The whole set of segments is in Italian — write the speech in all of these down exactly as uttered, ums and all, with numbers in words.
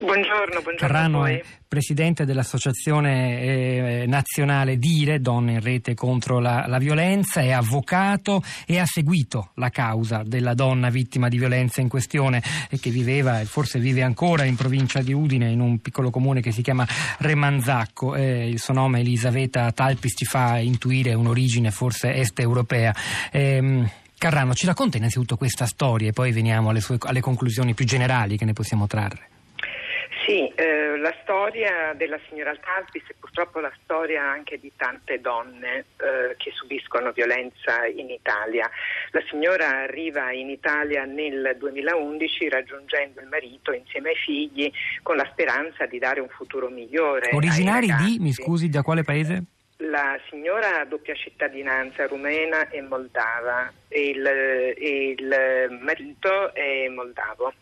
Buongiorno, buongiorno Carrano a voi. È presidente dell'associazione eh, nazionale Dire, Donne in Rete contro la, la violenza, è avvocato e ha seguito la causa della donna vittima di violenza in questione e che viveva e forse vive ancora in provincia di Udine, in un piccolo comune che si chiama Remanzacco. Eh, il suo nome, Elisaveta Talpis, ci fa intuire un'origine forse est-europea. Eh, Carrano, ci racconta innanzitutto questa storia e poi veniamo alle, sue, alle conclusioni più generali che ne possiamo trarre. Sì, eh, la storia della signora Talpis è purtroppo la storia anche di tante donne eh, che subiscono violenza in Italia. La signora arriva in Italia nel duemilaundici raggiungendo il marito insieme ai figli con la speranza di dare un futuro migliore. Originari ai ragazzi. di, mi scusi, da quale paese? La signora ha doppia cittadinanza, rumena e moldava, e il, e il marito è moldavo.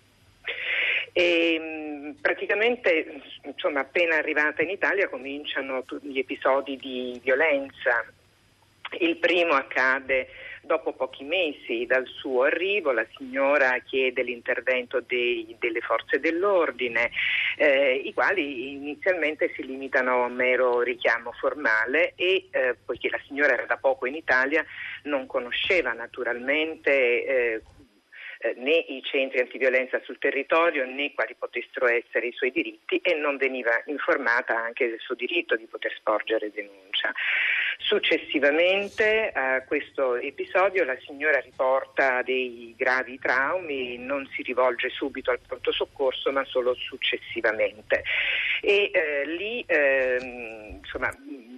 E praticamente, insomma, appena arrivata in Italia cominciano gli episodi di violenza. Il primo accade dopo pochi mesi dal suo arrivo. La signora chiede l'intervento dei, delle forze dell'ordine, eh, i quali inizialmente si limitano a un mero richiamo formale e eh, poiché la signora era da poco in Italia non conosceva naturalmente eh, Eh, né i centri antiviolenza sul territorio né quali potessero essere i suoi diritti e non veniva informata anche del suo diritto di poter sporgere denuncia. Successivamente a questo episodio la signora riporta dei gravi traumi, non si rivolge subito al pronto soccorso ma solo successivamente e eh, lì eh, insomma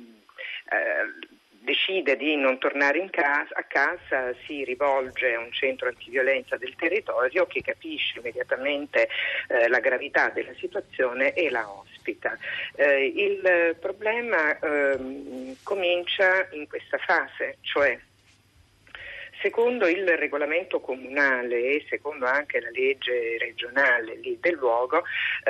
eh, decide di non tornare in casa, a casa, si rivolge a un centro antiviolenza del territorio che capisce immediatamente eh, la gravità della situazione e la ospita. Eh, il problema eh, comincia in questa fase, cioè secondo il regolamento comunale e secondo anche la legge regionale lì del luogo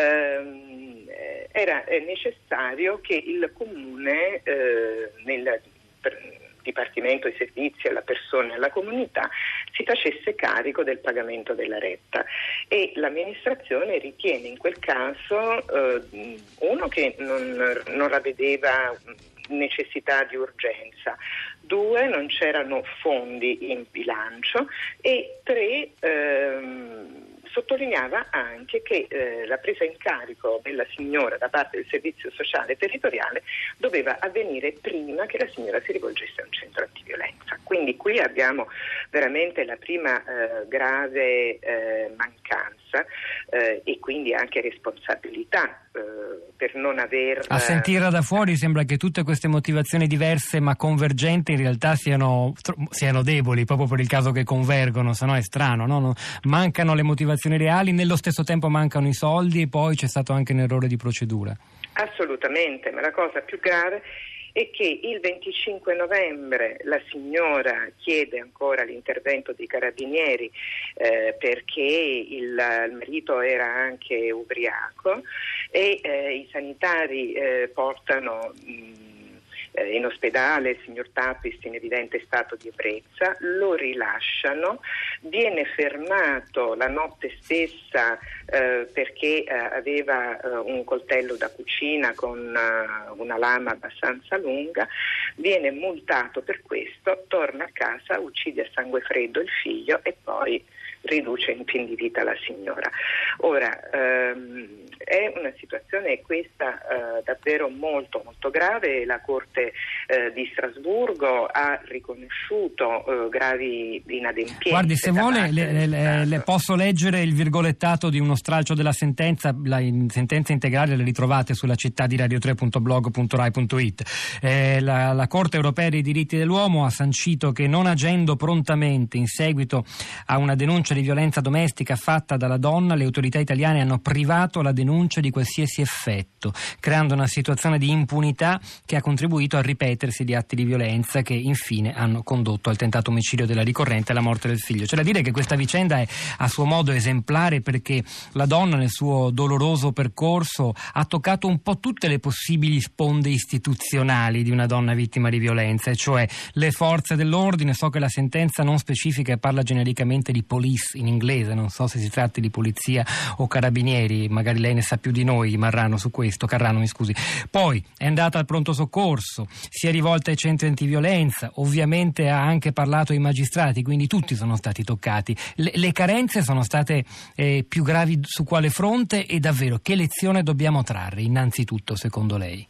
ehm, era necessario che il comune eh, nel Dipartimento dei Servizi alla persona e alla comunità si facesse carico del pagamento della retta e l'amministrazione ritiene in quel caso eh, uno che non, non ravvedeva necessità di urgenza, due non c'erano fondi in bilancio e tre ehm, sottolineava anche che eh, la presa in carico della signora da parte del servizio sociale territoriale doveva avvenire prima che la signora si rivolgesse a un centro antiviolenza. Quindi qui abbiamo veramente la prima eh, grave eh, mancanza eh, e quindi anche responsabilità eh, per non aver... A sentirla da fuori sembra che tutte queste motivazioni diverse ma convergenti in realtà siano, siano deboli, proprio per il caso che convergono, se no è strano, no? Mancano le motivazioni reali, nello stesso tempo mancano i soldi e poi c'è stato anche un errore di procedura. Assolutamente, ma la cosa più grave è che il venticinque novembre la signora chiede ancora l'intervento dei carabinieri eh, perché il, il marito era anche ubriaco e eh, i sanitari eh, portano mh, in ospedale il signor Talpis in evidente stato di ebbrezza, lo rilasciano, viene fermato la notte stessa eh, perché eh, aveva eh, un coltello da cucina con uh, una lama abbastanza lunga, viene multato per questo, torna a casa, uccide a sangue freddo il figlio e poi riduce in fin di vita la signora. Ora ehm, è una situazione questa eh, davvero molto molto grave. La Corte eh, di Strasburgo ha riconosciuto eh, gravi inadempienze. Guardi, se vuole le, le, le posso leggere il virgolettato di uno stralcio della sentenza. La in, sentenza integrale la ritrovate sulla città di radio tre punto blog punto rai punto it. Eh, la, la Corte europea dei diritti dell'uomo ha sancito che non agendo prontamente in seguito a una denuncia di violenza domestica fatta dalla donna, le autorità italiane hanno privato la denuncia di qualsiasi effetto, creando una situazione di impunità che ha contribuito al ripetersi di atti di violenza che infine hanno condotto al tentato omicidio della ricorrente e alla morte del figlio. C'è da dire che questa vicenda è a suo modo esemplare perché la donna nel suo doloroso percorso ha toccato un po' tutte le possibili sponde istituzionali di una donna vittima di violenza, e cioè le forze dell'ordine. So che la sentenza non specifica e parla genericamente di police police in inglese, non so se si tratti di polizia o carabinieri, magari lei ne sa più di noi, Marrano, su questo, Carrano mi scusi. Poi è andata al pronto soccorso, si è rivolta ai centri antiviolenza, ovviamente ha anche parlato ai magistrati, quindi tutti sono stati toccati. Le, le carenze sono state eh, più gravi su quale fronte e davvero che lezione dobbiamo trarre innanzitutto secondo lei?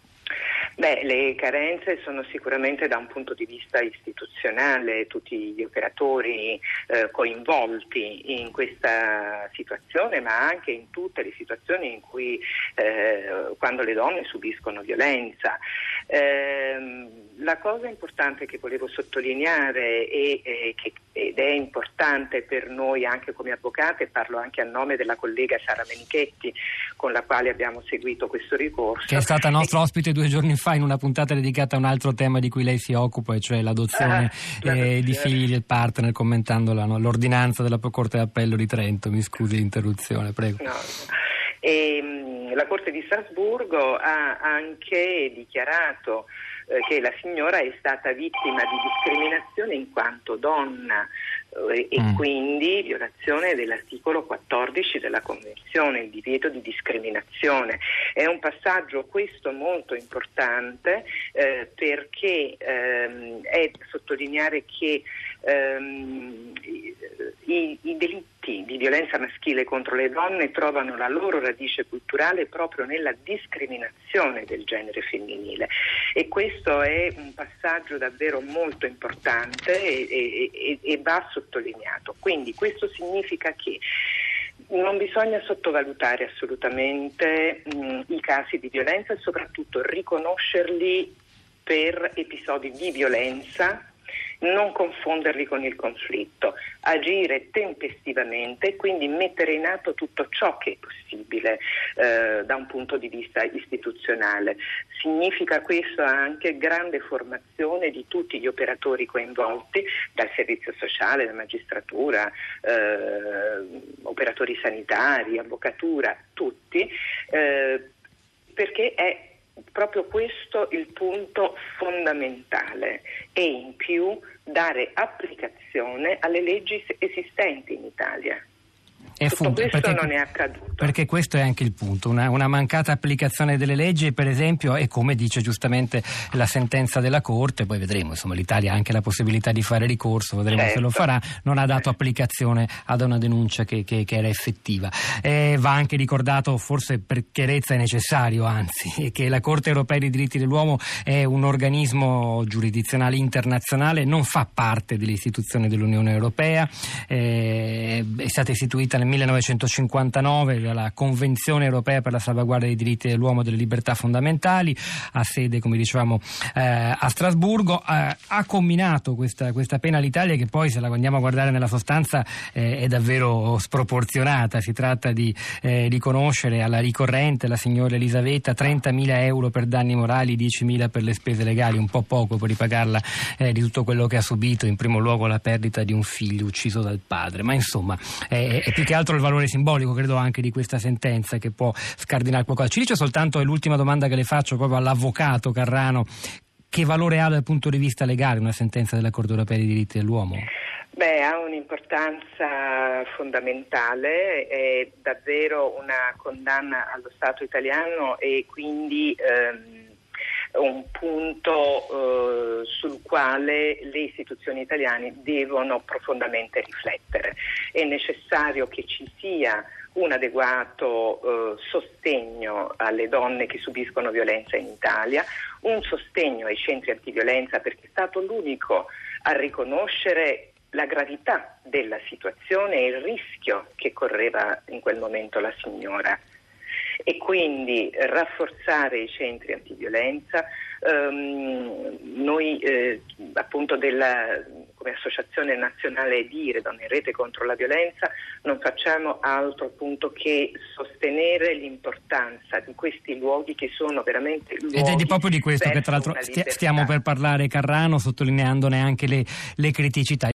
Beh, le carenze sono sicuramente da un punto di vista istituzionale, tutti gli operatori eh, coinvolti in questa situazione, ma anche in tutte le situazioni in cui eh, quando le donne subiscono violenza. Eh, la cosa importante che volevo sottolineare e, e che, ed è importante per noi anche come avvocate, parlo anche a nome della collega Sara Menichetti con la quale abbiamo seguito questo ricorso. Che è stata nostra ospite due giorni fa in una puntata dedicata a un altro tema di cui lei si occupa, e cioè l'adozione, ah, l'adozione. Eh, di figli del partner, commentando la, no, l'ordinanza della Corte d'Appello di Trento. Mi scusi l'interruzione, prego. No. E, la Corte di Strasburgo ha anche dichiarato eh, che la signora è stata vittima di discriminazione in quanto donna eh, e mm. quindi violazione dell'articolo quattordici della Convenzione, il divieto di discriminazione. È un passaggio questo molto importante eh, perché ehm, è da sottolineare che ehm, i, i delitti di violenza maschile contro le donne trovano la loro radice culturale proprio nella discriminazione del genere femminile, e questo è un passaggio davvero molto importante e, e, e va sottolineato. Quindi questo significa che non bisogna sottovalutare assolutamente mh, i casi di violenza e soprattutto riconoscerli per episodi di violenza, non confonderli con il conflitto, agire tempestivamente e quindi mettere in atto tutto ciò che è possibile eh, da un punto di vista istituzionale. Significa questo anche grande formazione di tutti gli operatori coinvolti, dal servizio sociale, dalla magistratura, eh, operatori sanitari, avvocatura, tutti, eh, perché è proprio questo il punto fondamentale, e in più dare applicazione alle leggi esistenti in Italia. È Tutto funto, questo perché, non è accaduto. Perché questo è anche il punto, una, una mancata applicazione delle leggi, per esempio, e come dice giustamente la sentenza della Corte, poi vedremo, insomma l'Italia ha anche la possibilità di fare ricorso, vedremo certo. se lo farà, non ha dato applicazione ad una denuncia che, che, che era effettiva. Eh, va anche ricordato, forse per chiarezza è necessario, anzi, che la Corte Europea dei Diritti dell'Uomo è un organismo giurisdizionale internazionale, non fa parte delle istituzioni dell'Unione Europea, eh, è stata istituita nel millenovecentocinquantanove dalla Convenzione Europea per la salvaguardia dei diritti dell'uomo e delle libertà fondamentali, ha sede, come dicevamo, eh, a Strasburgo. Eh, ha comminato questa, questa pena all'Italia, che poi, se la andiamo a guardare nella sostanza, eh, è davvero sproporzionata. Si tratta di eh, riconoscere alla ricorrente, la signora Elisaveta, trentamila euro per danni morali, diecimila per le spese legali, un po' poco per ripagarla eh, di tutto quello che ha subito, in primo luogo la perdita di un figlio ucciso dal padre. Ma insomma è, è più che altro il valore simbolico, credo, anche di questa sentenza che può scardinare qualcosa. Ci dice soltanto, è l'ultima domanda che le faccio proprio all'avvocato Carrano, che valore ha dal punto di vista legale una sentenza della Corte Europea dei Diritti dell'Uomo? Beh, ha un'importanza fondamentale, è davvero una condanna allo Stato italiano e quindi ehm, un punto eh, sul quale le istituzioni italiane devono profondamente riflettere. È necessario che ci sia un adeguato eh, sostegno alle donne che subiscono violenza in Italia, un sostegno ai centri antiviolenza, perché è stato l'unico a riconoscere la gravità della situazione e il rischio che correva in quel momento la signora, e quindi rafforzare i centri antiviolenza. Um, noi eh, appunto della, come Associazione Nazionale Dire, Donne in Rete contro la Violenza, non facciamo altro appunto che sostenere l'importanza di questi luoghi, che sono veramente luoghi. Ed è proprio di questo che tra l'altro stia, stiamo per parlare, Carrano, sottolineandone anche le, le criticità.